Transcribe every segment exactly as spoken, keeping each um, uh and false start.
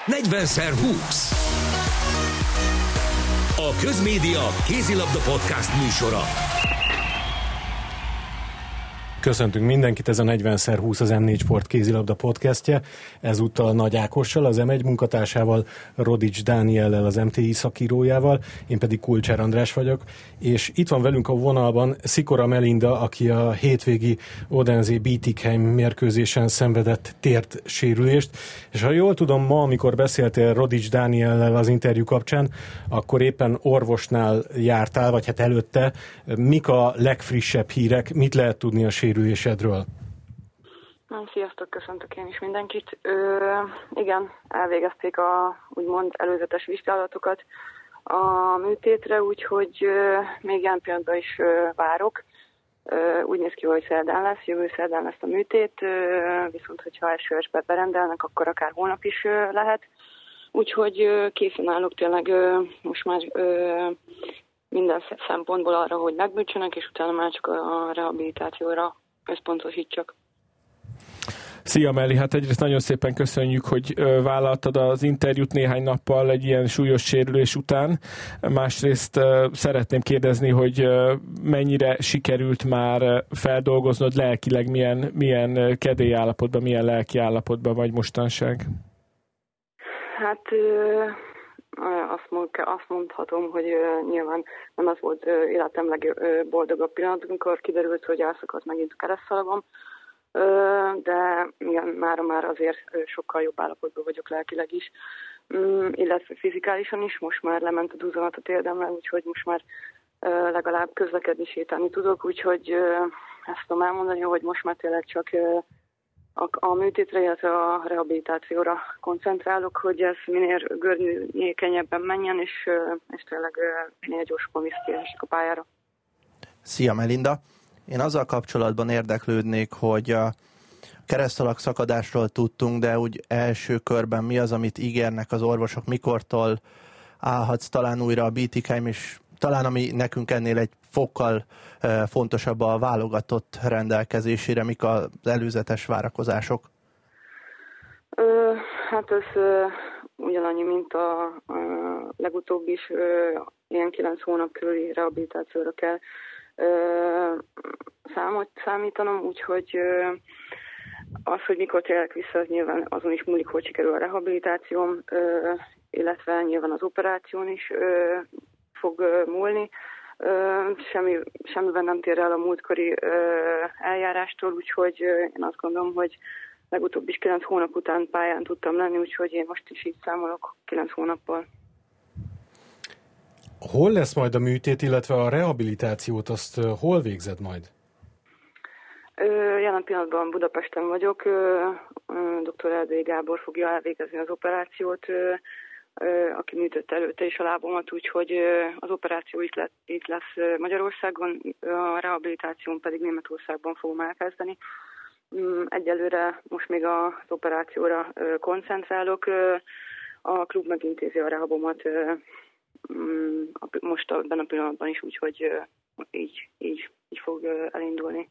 negyvenszer húsz. A Közmédia kézilabda podcast műsora. Köszöntünk mindenkit, ez a negyvenszer húsz az em négy Sport kézilabda podcastje. Ezúttal Nagy Ákossal, az em egy munkatársával, Rodics Dániellel, az em té i szakírójával, én pedig Kulcsár András vagyok, és itt van velünk a vonalban Szikora Melinda, aki a hétvégi Odense Bietigheim mérkőzésen szenvedett tért sérülést, és ha jól tudom, ma, amikor beszéltél Rodics Dániellel az interjú kapcsán, akkor éppen orvosnál jártál, vagy hát előtte. Mik a legfrissebb hírek, mit lehet tudni a sérülésedről? Sziasztok, köszöntök én is mindenkit. Ö, igen, elvégezték a úgymond előzetes vizsgálatokat a műtétre, úgyhogy ö, még ilyen pillanatban is ö, várok. Ö, úgy néz ki, hogy szerdán lesz, jövő szerdán lesz a műtét, ö, viszont hogyha első esbe berendelnek, akkor akár holnap is ö, lehet. Úgyhogy ö, készen állok tényleg ö, most már ö, minden szempontból arra, hogy megbűtsenek, és utána már csak a rehabilitációra összpontosítsak. Szia Meli, hát egyrészt nagyon szépen köszönjük, hogy vállaltad az interjút néhány nappal egy ilyen súlyos sérülés után. Másrészt szeretném kérdezni, hogy mennyire sikerült már feldolgoznod lelkileg, milyen, milyen kedély állapotban, milyen lelki állapotban vagy mostanság? Hát azt, mond, azt mondhatom, hogy nyilván nem az volt életem legboldogabb pillanat, amikor kiderült, hogy elszakadt megint a keresztszalagom. De igen, mára már azért sokkal jobb állapotban vagyok lelkileg is, illetve fizikálisan is. Most már lement a duzzanat a térdemre, úgyhogy most már legalább közlekedni, sétálni tudok, úgyhogy ezt tudom elmondani, hogy most már tényleg csak a, a műtétre, illetve a rehabilitációra koncentrálok, hogy ez minél görnyékenyebben menjen, és, és tényleg minél gyorsabban visszatérhessek a pályára. Szia Melinda! Én azzal kapcsolatban érdeklődnék, hogy a keresztalak szakadásról tudtunk, de úgy első körben mi az, amit ígérnek az orvosok, mikortól állhatsz talán újra a Bietigheim, és talán ami nekünk ennél egy fokkal fontosabb a válogatott rendelkezésére, mik az előzetes várakozások? Ö, hát ez ö, ugyanannyi, mint a, a legutóbb is, ö, ilyen kilenc hónap körüli rehabilitációra kell számot számítanom, úgyhogy az, hogy mikor térek vissza, az nyilván azon is múlik, hogy sikerül a rehabilitációm, illetve nyilván az operáción is fog múlni. Semmi, semmiben nem tér el a múltkori eljárástól, úgyhogy én azt gondolom, hogy legutóbb is kilenc hónap után pályán tudtam lenni, úgyhogy én most is így számolok kilenc hónappal. Hol lesz majd a műtét, illetve a rehabilitációt, azt hol végzed majd? Jelen pillanatban Budapesten vagyok. doktor Erdélyi Gábor fogja elvégezni az operációt, aki műtött előtte is a lábomat, úgyhogy az operáció itt, lett, itt lesz Magyarországon, a rehabilitáción pedig Németországban fogom elkezdeni. Egyelőre most még az operációra koncentrálok. A klub megintézi a rehabomat most ebben a pillanatban is, úgyhogy így, így, így fog elindulni.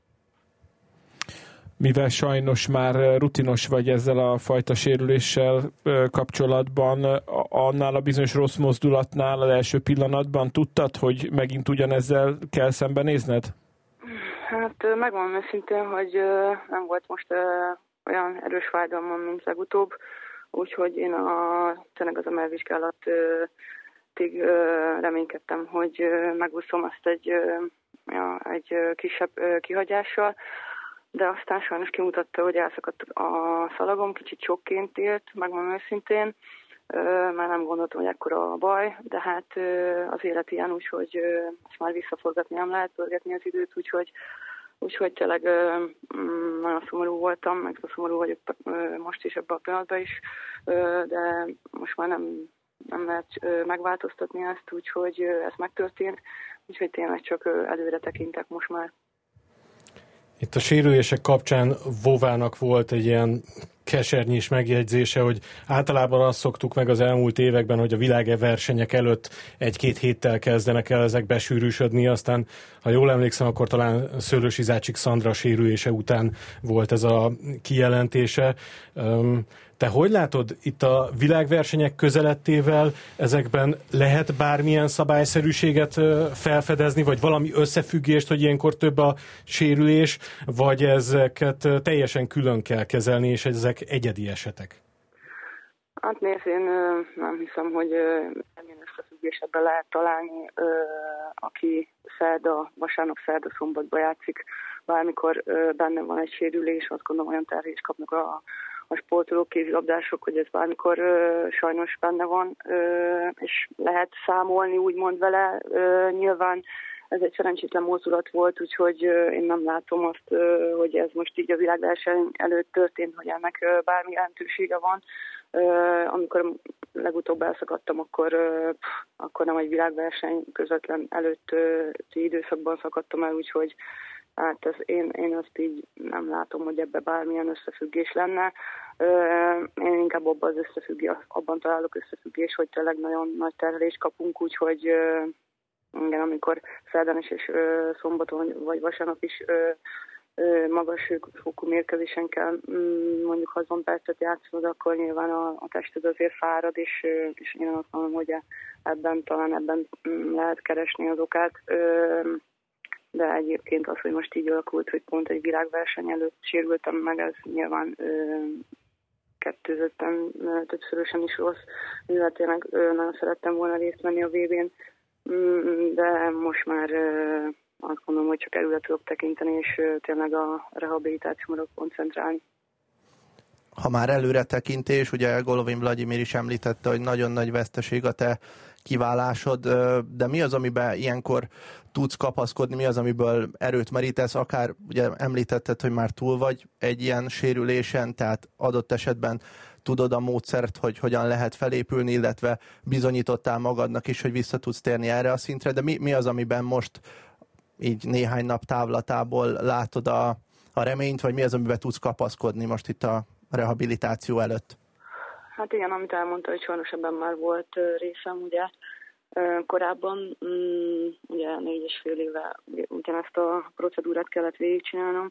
Mivel sajnos már rutinos vagy ezzel a fajta sérüléssel kapcsolatban, annál a bizonyos rossz mozdulatnál az első pillanatban tudtad, hogy megint ugyanezzel kell szembenézned? Hát megmondom őszintén, hogy nem volt most olyan erős fájdalmam, mint legutóbb, úgyhogy én a, tényleg az a melvizsgálat reménykedtem, hogy megúszom azt egy, ja, egy kisebb kihagyással, de aztán sajnos kimutatta, hogy elszakadt a szalagom, kicsit sokként élt, megmondom őszintén, már nem gondoltam, hogy ekkora a baj, de hát az élet ilyen, úgyhogy ezt már visszaforgatni nem lehet, pörgetni az időt, úgyhogy, úgyhogy tényleg nagyon szomorú voltam, meg szomorú vagyok most is ebben a pillanatban is, de most már nem nem lehet megváltoztatni ezt, úgyhogy ez megtörtént, úgyhogy tényleg csak előre tekintek most már. Itt a sérülések kapcsán Vovának volt egy ilyen kesernyés megjegyzése, hogy általában azt szoktuk meg az elmúlt években, hogy a világversenyek előtt egy-két héttel kezdenek el ezek besűrűsödni, aztán, ha jól emlékszem, akkor talán Szőlősi Zácsik Szandra sérülése után volt ez a kijelentése. Te hogy látod, itt a világversenyek közelettével ezekben lehet bármilyen szabályszerűséget felfedezni, vagy valami összefüggést, hogy ilyenkor több a sérülés, vagy ezeket teljesen külön kell kezelni, és ezek egyedi esetek? Hát nézd, én nem hiszem, hogy milyen összefüggés ebben lehet találni, aki szerda, vasárnap, szerda, szombatba játszik, bármikor benne van egy sérülés, azt gondolom olyan terhést kapnak a a sportolók, kézilabdások, hogy ez bármikor ö, sajnos benne van, ö, és lehet számolni úgymond vele. Ö, nyilván ez egy szerencsétlen mozdulat volt, úgyhogy ö, én nem látom azt, ö, hogy ez most így a világverseny előtt történt, hogy ennek ö, bármi jelentősége van. Ö, amikor legutóbb elszakadtam, akkor, ö, pff, akkor nem egy világverseny közvetlen előtti időszakban szakadtam el, úgyhogy hát ez, én, én azt így nem látom, hogy ebbe bármilyen összefüggés lenne. Én inkább abban, az összefüggés, abban találok összefüggés, hogy tényleg nagyon nagy terhelést kapunk, úgyhogy igen, amikor szerdán is és szombaton vagy vasárnap is magas fokú mérkőzésen kell mondjuk hatvan percet játszod, akkor nyilván a, a tested azért fárad, és, és én azt mondom, hogy ebben talán ebben lehet keresni az okát. De egyébként az, hogy most így alakult, hogy pont egy világverseny előtt sérültem meg, ez nyilván ö, kettőzöttem többszörösen is rossz, mivel tényleg ö, nagyon szerettem volna részt venni a vé bén, de most már ö, azt gondolom, hogy csak előre tudok tekinteni, és ö, tényleg a rehabilitációra koncentrálni. Ha már előre tekintés, ugye Golovin Vladimir is említette, hogy nagyon nagy veszteség a te kiválásod, de mi az, amiben ilyenkor tudsz kapaszkodni, mi az, amiből erőt merítesz, akár ugye említetted, hogy már túl vagy egy ilyen sérülésen, tehát adott esetben tudod a módszert, hogy hogyan lehet felépülni, illetve bizonyítottál magadnak is, hogy vissza tudsz térni erre a szintre, de mi, mi az, amiben most így néhány nap távlatából látod a, a reményt, vagy mi az, amiben tudsz kapaszkodni most itt a rehabilitáció előtt? Hát igen, amit elmondta, hogy sajnos ebben már volt részem, ugye korábban, ugye négy és fél éve ugyanezt a procedúrát kellett végigcsinálnom,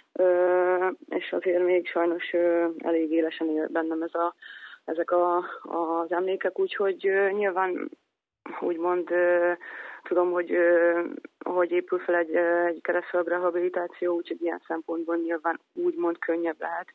és azért még sajnos elég élesen él bennem ez a, ezek a, az emlékek, úgyhogy nyilván úgymond tudom, hogy hogy épül fel egy, egy keresztszalag rehabilitáció, úgyhogy ilyen szempontból nyilván úgymond könnyebb lehet,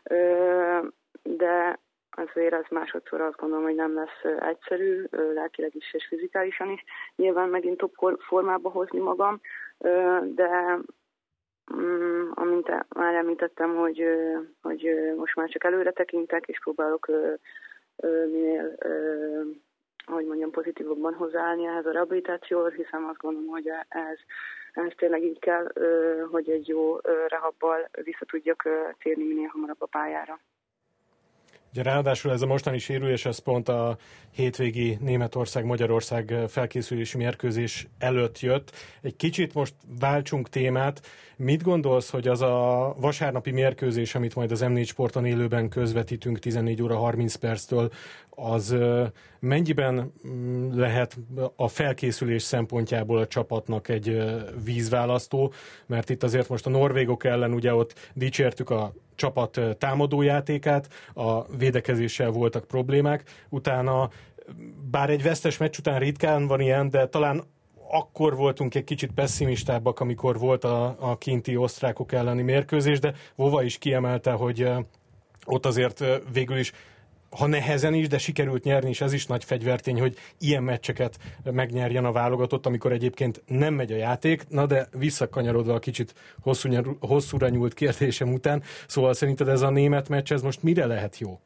de azért ez másodszor azt gondolom, hogy nem lesz egyszerű, lelkileg is és fizikálisan is. Nyilván megint top formába hozni magam, de amint már említettem, hogy, hogy most már csak előre tekintek, és próbálok minél, hogy mondjam, pozitívabban hozzáállni ehhez a rehabilitációhoz, hiszen azt gondolom, hogy ez, ez tényleg így kell, hogy egy jó rehabbal vissza tudjak térni minél hamarabb a pályára. Ugye ráadásul ez a mostani sérülés, ez pont a hétvégi Németország-Magyarország felkészülési mérkőzés előtt jött. Egy kicsit most váltsunk témát. Mit gondolsz, hogy az a vasárnapi mérkőzés, amit majd az em négy Sporton élőben közvetítünk tizennégy óra harminc perctől, az mennyiben lehet a felkészülés szempontjából a csapatnak egy vízválasztó? Mert itt azért most a norvégok ellen ugye ott dicsértük a csapat támadójátékát, a védekezéssel voltak problémák. Utána, bár egy vesztes meccs után ritkán van ilyen, de talán akkor voltunk egy kicsit pessimistábbak, amikor volt a, a kinti osztrákok elleni mérkőzés, de Vova is kiemelte, hogy ott azért végül is, ha nehezen is, de sikerült nyerni, és ez is nagy fegyvertény, hogy ilyen meccseket megnyerjen a válogatott, amikor egyébként nem megy a játék. Na de visszakanyarodva a kicsit hosszú, hosszúra nyúlt kérdésem után, szóval szerinted ez a német meccs, ez most mire lehet jó?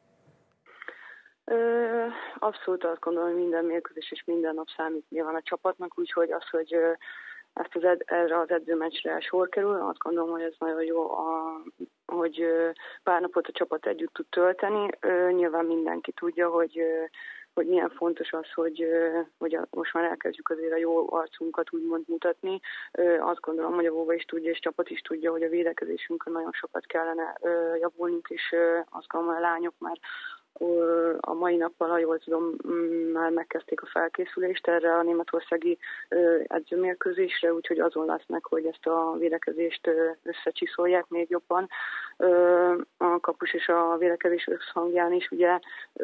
Abszolút azt gondolom, hogy minden mérkőzés és minden nap számít nyilván a csapatnak, úgyhogy az, hogy ezt az ed- erre az edzőmeccsre sor kerül, azt gondolom, hogy ez nagyon jó, a, hogy pár napot a csapat együtt tud tölteni. Nyilván mindenki tudja, hogy, hogy milyen fontos az, hogy, hogy most már elkezdjük azért a jó arcunkat úgymond mutatni. Azt gondolom, hogy a Vova is tudja, és csapat is tudja, hogy a védekezésünkön nagyon sokat kellene javulnunk, és azt gondolom, hogy a lányok már a mai nappal, ha jól tudom, már megkezdték a felkészülést erre a németországi edzőmérkőzésre, úgyhogy azon lesznek, hogy ezt a védekezést összecsiszolják még jobban. A kapus és a védekezés összhangján is ugye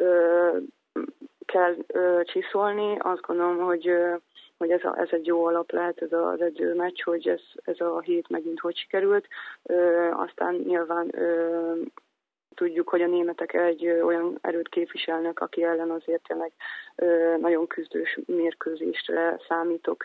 kell csiszolni. Azt gondolom, hogy hogy ez, a, ez egy jó alap lehet, ez az edzőmeccs, hogy ez, ez a hét megint hogy sikerült. Aztán nyilván tudjuk, hogy a németek egy olyan erőt képviselnek, aki ellen azért tényleg nagyon küzdős mérkőzésre számítok.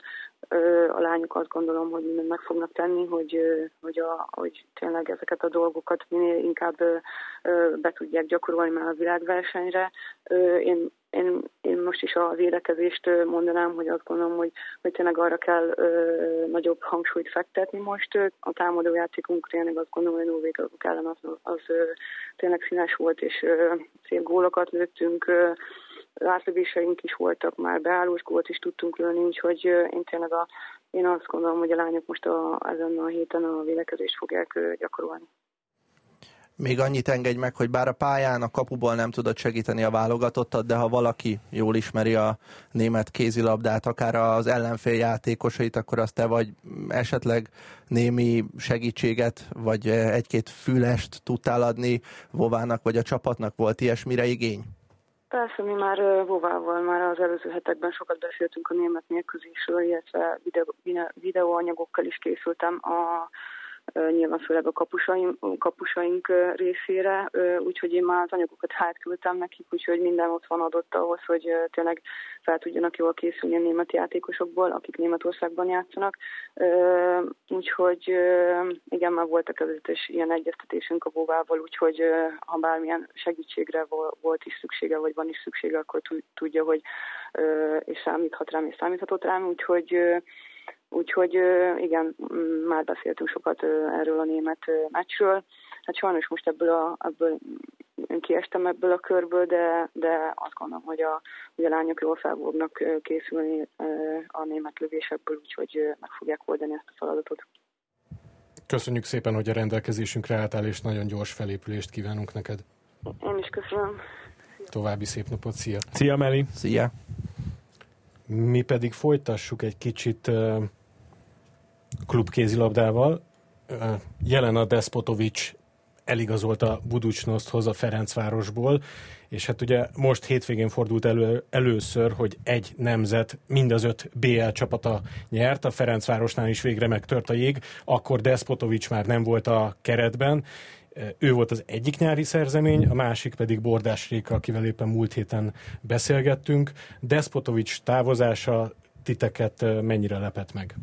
A lányok azt gondolom, hogy mindent meg fognak tenni, hogy, hogy, a, hogy tényleg ezeket a dolgokat minél inkább be tudják gyakorolni már a világversenyre. Én, én, én most is a védekezést mondanám, hogy azt gondolom, hogy, hogy tényleg arra kell nagyobb hangsúlyt fektetni most. A támadójátékunk tényleg azt gondolom, hogy a norvégok ellen az, az tényleg színes volt, és szép gólokat lőttünk. Átlövéseink is voltak, már beállós gólt is tudtunk lőni, úgyhogy én tényleg a, én azt gondolom, hogy a lányok most a, ezen a héten a védekezést fogják gyakorolni. Még annyit engedj meg, hogy bár a pályán a kapuból nem tudod segíteni a válogatottat, de ha valaki jól ismeri a német kézilabdát, akár az ellenfél játékosait, akkor azt te vagy esetleg némi segítséget, vagy egy-két fülest tudtál adni Vovának, vagy a csapatnak, volt ilyesmire igény? Persze, mi már Vovával már az előző hetekben sokat beszéltünk a német mérkőzésről, illetve videó, videóanyagokkal is készültem a nyilván főleg a kapusaink, kapusaink részére, úgyhogy én már az anyagokat átküldtem nekik, úgyhogy minden ott van adott ahhoz, hogy tényleg fel tudjanak jól készülni a német játékosokból, akik Németországban játszanak. Úgyhogy igen, már voltak előzetes ilyen egyeztetésünk a Vovával, úgyhogy ha bármilyen segítségre volt is szüksége, vagy van is szüksége, akkor tudja, hogy és számíthat rám, és számíthatott rám, úgyhogy Úgyhogy igen, már beszéltünk sokat erről a német meccsről. Hát sajnos most ebből a, ebből kiestem ebből a körből, de, de azt gondolom, hogy a, hogy a lányok jól fel fognak készülni a német lövésekből, úgyhogy meg fogják oldani ezt a feladatot. Köszönjük szépen, hogy a rendelkezésünkre álltál, és nagyon gyors felépülést kívánunk neked. Én is köszönöm. Szia. További szép napot, szia! Szia, Meli! Szia! Mi pedig folytassuk egy kicsit uh, klubkézilabdával. Uh, Jelena Despotovics eligazolta Budućnosthoz a Ferencvárosból, és hát ugye most hétvégén fordult elő, először, hogy egy nemzet mind az öt bé el csapata nyert, a Ferencvárosnál is végre megtört a jég, akkor Despotovics már nem volt a keretben. Ő volt az egyik nyári szerzemény, a másik pedig Bordás Réka, akivel éppen múlt héten beszélgettünk. Despotovics távozása titeket mennyire lepett meg?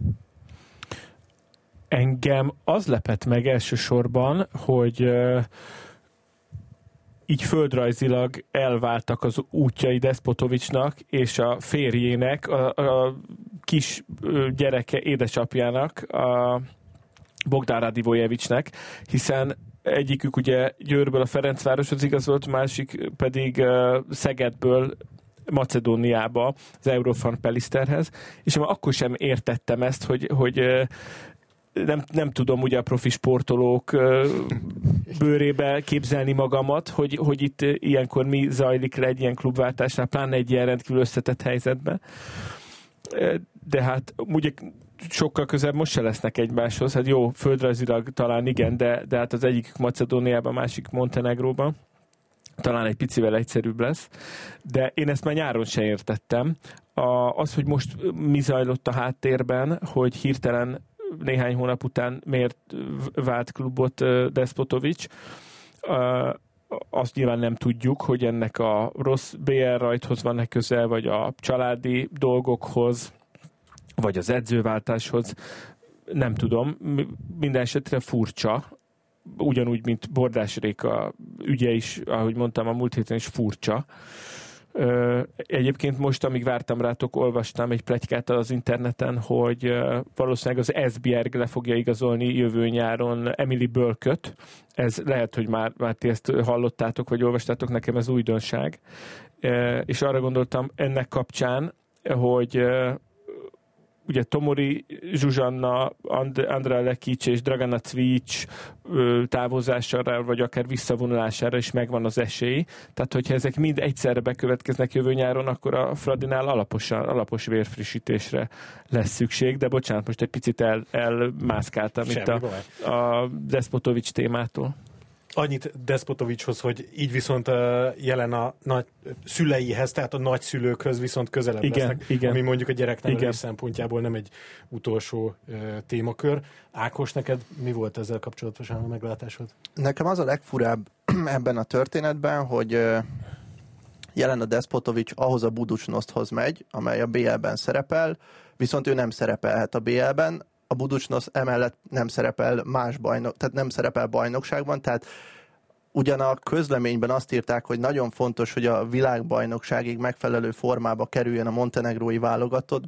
Engem az lepett meg elsősorban, hogy uh, így földrajzilag elváltak az útjai Despotovicsnak és a férjének, a, a kis gyereke édesapjának, a Bogdán Radivojevicsnek, hiszen egyikük ugye Győrből a Ferencvároshoz igazolt, másik pedig uh, Szegedből Macedóniába, az Eurofan Peliszterhez, és már akkor sem értettem ezt, hogy, hogy uh, nem, nem tudom ugye a profi sportolók uh, bőrébe képzelni magamat, hogy, hogy itt uh, ilyenkor mi zajlik le egy ilyen klubváltásnál, pláne egy ilyen rendkívül összetett helyzetben. Uh, de hát ugye sokkal közelebb most se lesznek egymáshoz. Hát jó, földrajzilag talán igen, de, de hát az egyik Macedóniában, a másik Montenegróban. Talán egy picivel egyszerűbb lesz. De én ezt már nyáron se értettem. A, az, hogy most mi zajlott a háttérben, hogy hirtelen néhány hónap után miért vált klubot Despotovics, azt nyilván nem tudjuk, hogy ennek a rossz bé el rajthoz van-e közel, vagy a családi dolgokhoz, vagy az edzőváltáshoz, nem tudom. Minden esetre furcsa, ugyanúgy, mint Bordás Réka ügye is, ahogy mondtam, a múlt héten is furcsa, Egyébként most, amíg vártam rátok, olvastam egy pletykát az interneten, hogy valószínűleg az Esbjerg le fogja igazolni jövő nyáron Emily Burke-öt. Ez lehet, hogy már, már ti ezt hallottátok, vagy olvastátok, nekem ez újdonság. És arra gondoltam ennek kapcsán, hogy ugye Tomori Zsuzsanna, And- Andrea Lekic és Dragana Cvic távozására, vagy akár visszavonulására is megvan az esély. Tehát, hogyha ezek mind egyszerre bekövetkeznek jövő nyáron, akkor a Fradinál alaposan, alapos vérfrissítésre lesz szükség. De bocsánat, most egy picit el, elmászkáltam itt a, a Despotovics témától. Annyit Despotovicshoz, hogy így viszont uh, jelen a nagy szüleihez, tehát a nagyszülőkhöz viszont közelebb igen, lesznek, igen. ami mondjuk a gyereknevelés szempontjából nem egy utolsó uh, témakör. Ákos, neked mi volt ezzel kapcsolatosan a meglátásod? Nekem az a legfurább ebben a történetben, hogy uh, jelen a Despotovics ahhoz a Buducsnoszthoz megy, amely a bé el-ben szerepel, viszont ő nem szerepelhet a bé el-ben, a Buducsnosz emellett nem szerepel más bajnok, tehát nem szerepel bajnokságban, tehát ugyan a közleményben azt írták, hogy nagyon fontos, hogy a világbajnokságig megfelelő formába kerüljön a montenegrói válogatott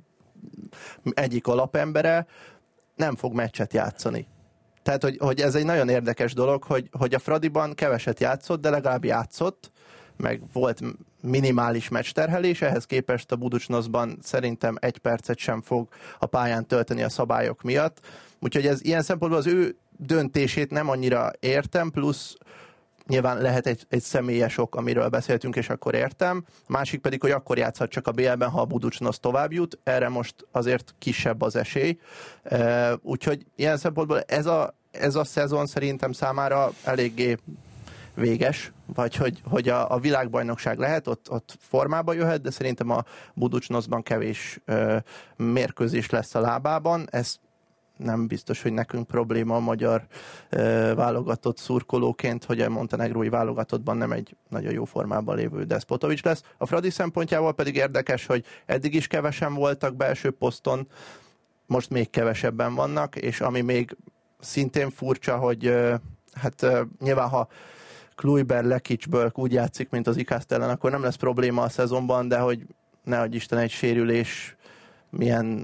egyik alapembere, nem fog meccset játszani. Tehát, hogy, hogy ez egy nagyon érdekes dolog, hogy, hogy a Fradiban keveset játszott, de legalább játszott, meg volt minimális meccsterhelés, ehhez képest a Buducsnoszban szerintem egy percet sem fog a pályán tölteni a szabályok miatt. Úgyhogy ez ilyen szempontból az ő döntését nem annyira értem, plusz nyilván lehet egy, egy személyes ok, amiről beszéltünk, és akkor értem. A másik pedig, hogy akkor játszhat csak a bé el-ben, ha a Buducsnosz tovább jut. Erre most azért kisebb az esély. Úgyhogy ilyen szempontból ez a, ez a szezon szerintem számára eléggé véges, vagy hogy, hogy a, a világbajnokság lehet, ott, ott formába jöhet, de szerintem a Buducsnoszban kevés ö, mérkőzés lesz a lábában. Ez nem biztos, hogy nekünk probléma a magyar ö, válogatott szurkolóként, hogy a montenegrói válogatottban nem egy nagyon jó formában lévő Despotovics lesz. A Fradi szempontjával pedig érdekes, hogy eddig is kevesen voltak belső poszton, most még kevesebben vannak, és ami még szintén furcsa, hogy ö, hát ö, nyilván ha Kluiber Lekicsből úgy játszik, mint az Ikászt ellen, akkor nem lesz probléma a szezonban, de hogy nehogy Isten egy sérülés milyen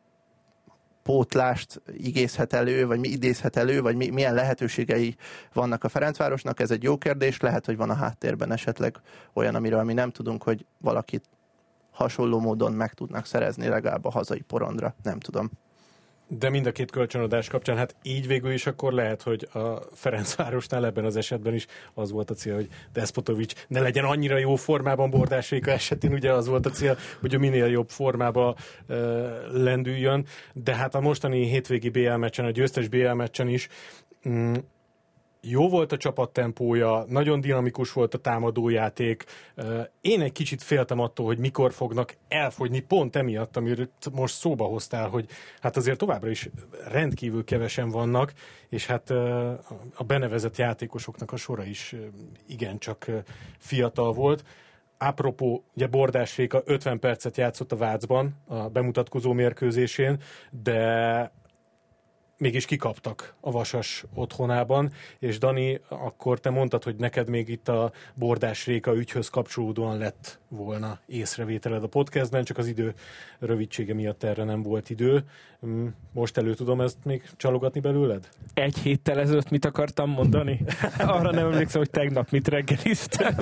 pótlást igézhet elő, vagy mi idézhet elő, vagy mi, milyen lehetőségei vannak a Ferencvárosnak, ez egy jó kérdés, lehet, hogy van a háttérben esetleg olyan, amiről mi nem tudunk, hogy valakit hasonló módon meg tudnak szerezni legalább a hazai porondra, nem tudom. De mind a két kölcsönadás kapcsán, hát így végül is akkor lehet, hogy a Ferencvárosnál ebben az esetben is az volt a cél, hogy Despotovics ne legyen annyira jó formában, Bordás Réka esetén ugye az volt a cél, hogy a minél jobb formába uh, lendüljön, de hát a mostani hétvégi bé el meccsen, a győztes bé el meccsen is um, jó volt a csapattempója, nagyon dinamikus volt a támadójáték. Én egy kicsit féltem attól, hogy mikor fognak elfogyni, pont emiatt, amiről most szóba hoztál, hogy hát azért továbbra is rendkívül kevesen vannak, és hát a benevezett játékosoknak a sora is igencsak fiatal volt. Apropó, ugye Bordás Réka ötven percet játszott a Vácban, a bemutatkozó mérkőzésén, de mégis kikaptak a Vasas otthonában, és Dani, akkor te mondtad, hogy neked még itt a Bordás Réka ügyhöz kapcsolódóan lett volna észrevételed a podcastben, csak az idő rövidsége miatt erre nem volt idő. Most elő tudom ezt még csalogatni belőled? Egy héttel ezelőtt mit akartam mondani? Arra nem emlékszem, hogy tegnap mit reggeliztem.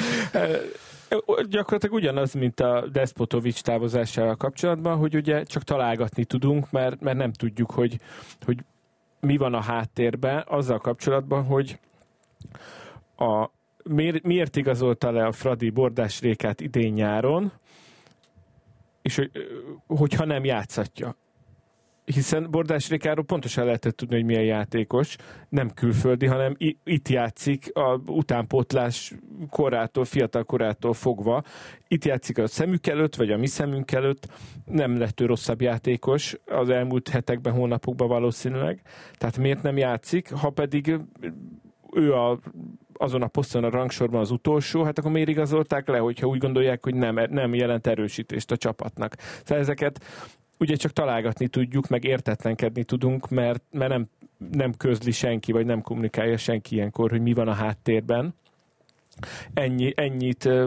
Gyakorlatilag ugyanaz, mint a Despotovics távozásával kapcsolatban, hogy ugye csak találgatni tudunk, mert, mert nem tudjuk, hogy, hogy mi van a háttérben, azzal kapcsolatban, hogy a, miért, miért igazolta le a Fradi Bordás Rékát idén nyáron, és hogy, hogyha nem játszatja. Hiszen Bordás Rékáról pontosan lehetett tudni, hogy milyen játékos, nem külföldi, hanem itt játszik a utánpótlás korától, fiatal korától fogva. Itt játszik a szemük előtt, vagy a mi szemünk előtt. Nem lett ő rosszabb játékos az elmúlt hetekben, hónapokban valószínűleg. Tehát miért nem játszik? Ha pedig ő a, azon a poszton a rangsorban az utolsó, hát akkor miért igazolták le, hogyha úgy gondolják, hogy nem, nem jelent erősítést a csapatnak. Szóval ezeket ugye csak találgatni tudjuk, meg értetlenkedni tudunk, mert, mert nem, nem közli senki, vagy nem kommunikálja senki ilyenkor, hogy mi van a háttérben. Ennyi, ennyit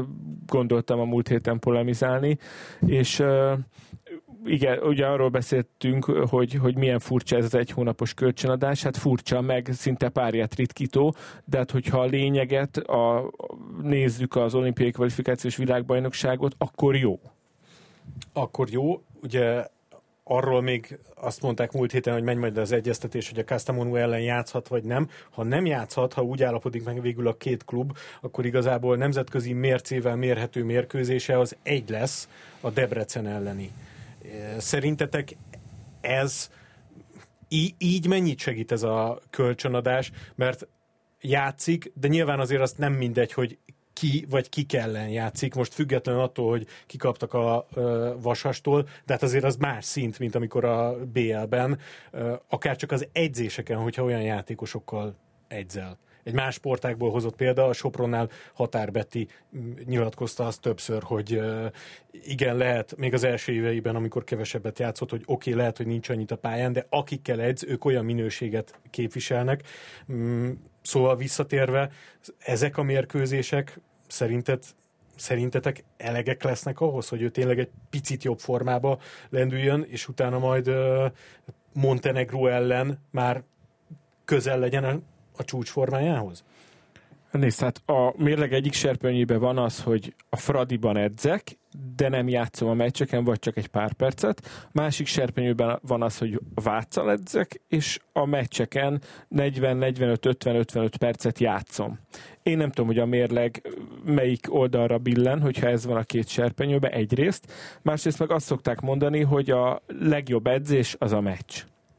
gondoltam a múlt héten polemizálni, és igen, ugye arról beszéltünk, hogy, hogy milyen furcsa ez az egy hónapos kölcsönadás, hát furcsa, meg szinte párját ritkító, de hát hogyha a lényeget, a, nézzük az olimpiai kvalifikációs világbajnokságot, akkor jó. Akkor jó, ugye arról még azt mondták múlt héten, hogy menj majd az egyeztetés, hogy a Kastamonu ellen játszhat, vagy nem. Ha nem játszhat, ha úgy állapodik meg végül a két klub, akkor igazából nemzetközi mércével mérhető mérkőzése az egy lesz, a Debrecen elleni. Szerintetek ez í- így mennyit segít ez a kölcsönadás? Mert játszik, de nyilván azért azt nem mindegy, hogy ki vagy kik ellen játszik, most független attól, hogy kikaptak a ö, Vasastól, de hát azért az más szint, mint amikor a bé el-ben, ö, akár csak az edzéseken, hogyha olyan játékosokkal edzel. Egy más sportágból hozott példa, a Sopronnál Határ Betti nyilatkozta azt többször, hogy uh, igen, lehet, még az első éveiben, amikor kevesebbet játszott, hogy oké, okay, lehet, hogy nincs annyit a pályán, de akikkel edz, ők olyan minőséget képviselnek. Mm, szóval visszatérve, ezek a mérkőzések szerinted, szerintetek elegek lesznek ahhoz, hogy ő tényleg egy picit jobb formába lendüljön, és utána majd uh, Montenegró ellen már közel legyen a a csúcs formájához? Nézd, hát a mérleg egyik serpenyőben van az, hogy a Fradiban edzek, de nem játszom a meccseken, vagy csak egy pár percet. Másik serpenyőben van az, hogy a Váccal edzek, és a meccseken negyven, negyvenöt, ötven, ötvenöt percet játszom. Én nem tudom, hogy a mérleg melyik oldalra billen, hogyha ez van a két serpenyőben egyrészt. Másrészt meg azt szokták mondani, hogy a legjobb edzés az a meccs.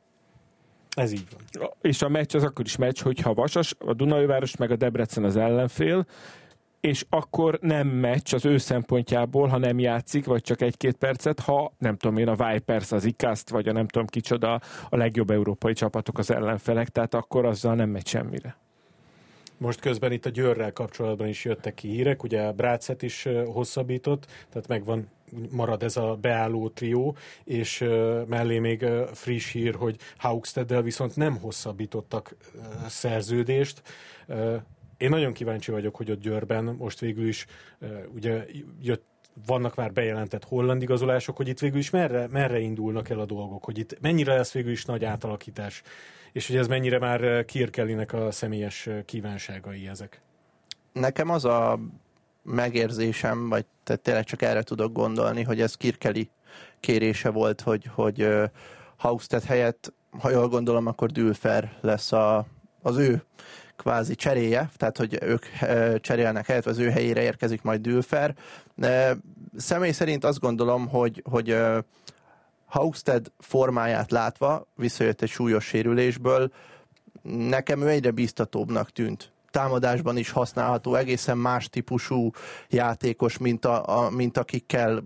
Ez így van. És a meccs az akkor is meccs, hogyha Vasas, a Dunaújváros meg a Debrecen az ellenfél, és akkor nem meccs az ő szempontjából, ha nem játszik, vagy csak egy-két percet, ha nem tudom én, a Vipers, az Ikaszt, vagy a nem tudom kicsoda, a legjobb európai csapatok az ellenfelek, tehát akkor azzal nem megy semmire. Most közben itt a Győrrel kapcsolatban is jöttek ki hírek, ugye Brácet is hosszabbított, tehát megvan, marad ez a beálló trió, és mellé még friss hír, hogy Haugsteddel viszont nem hosszabbítottak szerződést. Én nagyon kíváncsi vagyok, hogy ott Győrben most végül is ugye jött, vannak már bejelentett holland igazolások, hogy itt végül is merre, merre indulnak el a dolgok, hogy itt mennyire lesz végül is nagy átalakítás, és hogy ez mennyire már Kirkelinek a személyes kívánságai ezek. Nekem az a megérzésem, vagy tényleg csak erre tudok gondolni, hogy ez Kirkeli kérése volt, hogy, hogy uh, Haugstedt helyett, ha jól gondolom, akkor Dülfer lesz a, az ő kvázi cseréje, tehát hogy ők uh, cserélnek helyett, az ő helyére érkezik majd Dülfer. Uh, személy szerint azt gondolom, hogy, hogy uh, Haugstedt formáját látva, visszajött egy súlyos sérülésből, nekem ő egyre biztatóbbnak tűnt. Támadásban is használható, egészen más típusú játékos, mint, a, a, mint akikkel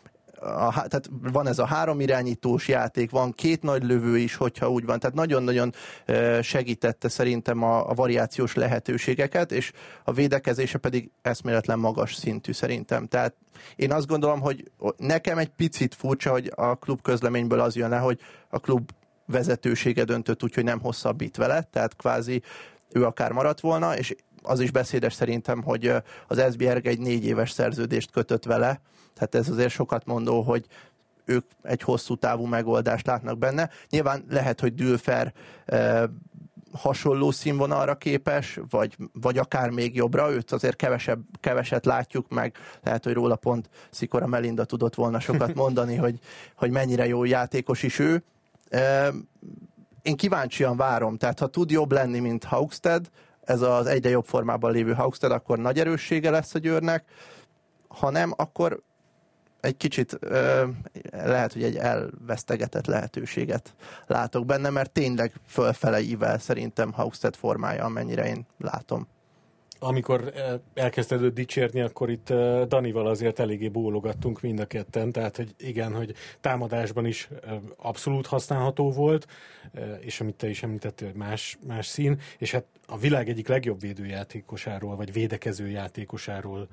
a, tehát van ez a három irányítós játék, van két nagy lövő is, hogyha úgy van, tehát nagyon-nagyon segítette szerintem a, a variációs lehetőségeket, és a védekezése pedig eszméletlen magas szintű szerintem. Tehát én azt gondolom, hogy nekem egy picit furcsa, hogy a klub közleményből az jön le, hogy a klub vezetősége döntött úgy, hogy nem hosszabbít vele, tehát kvázi ő akár maradt volna, és az is beszédes szerintem, hogy az es bé er egy négy éves szerződést kötött vele, tehát ez azért sokat mondó, hogy ők egy hosszú távú megoldást látnak benne. Nyilván lehet, hogy Dülfer eh, hasonló színvonalra képes, vagy, vagy akár még jobbra, őt azért kevesebb, keveset látjuk meg, lehet, hogy róla pont Szikora Melinda tudott volna sokat mondani, hogy, hogy mennyire jó játékos is ő. Eh, Én kíváncsian várom, tehát ha tud jobb lenni, mint Haugstedt, ez az egyre jobb formában lévő Haugstedt, akkor nagy erőssége lesz a Győrnek, ha nem, akkor egy kicsit ö, lehet, hogy egy elvesztegetett lehetőséget látok benne, mert tényleg fölfele ível szerintem Haugstedt formája, amennyire én látom. Amikor elkezdted őt dicsérni, akkor itt Danival azért eléggé bólogattunk mind a ketten, tehát hogy igen, hogy támadásban is abszolút használható volt, és amit te is említettél, hogy más, más szín, és hát a világ egyik legjobb védőjátékosáról, vagy védekező játékosáról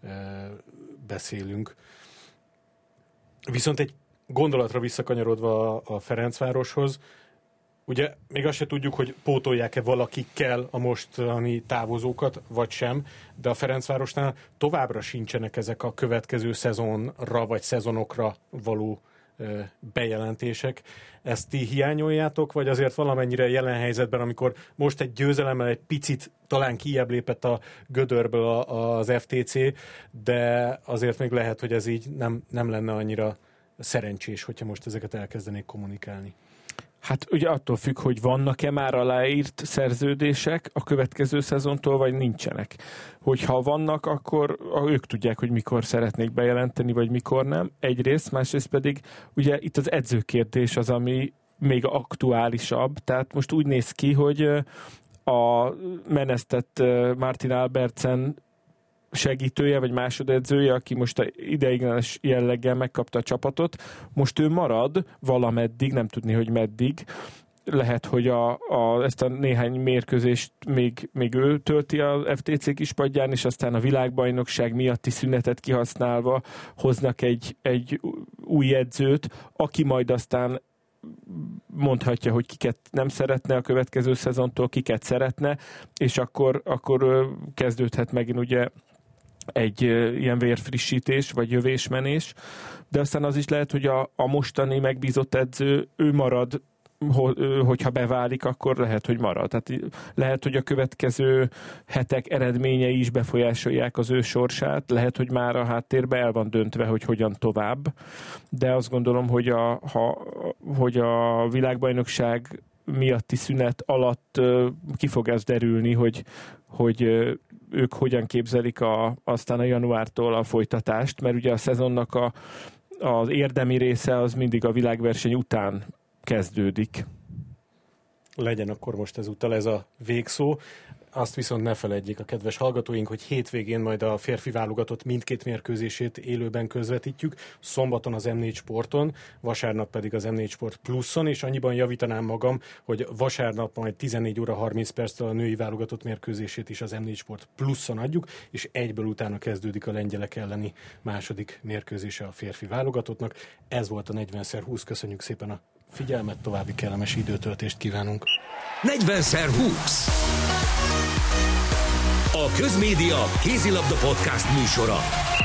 beszélünk. Viszont egy gondolatra visszakanyarodva a Ferencvároshoz, Ugye még azt se tudjuk, hogy pótolják-e valakikkel a mostani távozókat, vagy sem, de a Ferencvárosnál továbbra sincsenek ezek a következő szezonra, vagy szezonokra való bejelentések. Ezt ti hiányoljátok, vagy azért valamennyire jelen helyzetben, amikor most egy győzelemmel egy picit talán kijebb lépett a gödörből az ef té cé, de azért még lehet, hogy ez így nem, nem lenne annyira szerencsés, hogyha most ezeket elkezdenék kommunikálni. Hát ugye attól függ, hogy vannak-e már aláírt szerződések a következő szezontól, vagy nincsenek. Hogyha vannak, akkor ők tudják, hogy mikor szeretnék bejelenteni, vagy mikor nem. Egyrészt, másrészt pedig ugye itt az edzőkérdés az, ami még aktuálisabb. Tehát most úgy néz ki, hogy a menesztett Martin Albertsen segítője, vagy másodedzője, aki most a ideiglenes jelleggel megkapta a csapatot, most ő marad valameddig, nem tudni, hogy meddig. Lehet, hogy a, a, ezt a néhány mérkőzést még, még ő tölti a ef té cé kispadján, és aztán a világbajnokság miatti szünetet kihasználva hoznak egy, egy új edzőt, aki majd aztán mondhatja, hogy kiket nem szeretne a következő szezontól, kiket szeretne, és akkor, akkor kezdődhet megint ugye egy ilyen vérfrissítés, vagy jövésmenés, de aztán az is lehet, hogy a, a mostani megbízott edző, ő marad, hogyha beválik, akkor lehet, hogy marad. Tehát lehet, hogy a következő hetek eredményei is befolyásolják az ő sorsát, lehet, hogy már a háttérben el van döntve, hogy hogyan tovább, de azt gondolom, hogy a, ha, hogy a világbajnokság miatti szünet alatt ki fog ez derülni, hogy, hogy ők hogyan képzelik a, aztán a januártól a folytatást, mert ugye a szezonnak a, az érdemi része az mindig a világverseny után kezdődik. Legyen akkor most ezúttal ez a végszó. Azt viszont ne feledjék a kedves hallgatóink, hogy hétvégén majd a férfi válogatott mindkét mérkőzését élőben közvetítjük, szombaton az em négy Sporton, vasárnap pedig az em négy Sport Pluszon, és annyiban javítanám magam, hogy vasárnap majd tizennégy óra harminc perctől a női válogatott mérkőzését is az em négy Sport Pluszon adjuk, és egyből utána kezdődik a lengyelek elleni második mérkőzése a férfi válogatottnak. Ez volt a negyven szer húsz, köszönjük szépen a figyelmet, további kellemes időtöltést kívánunk. negyven szer húsz A Közmédia kézilabda podcast műsora.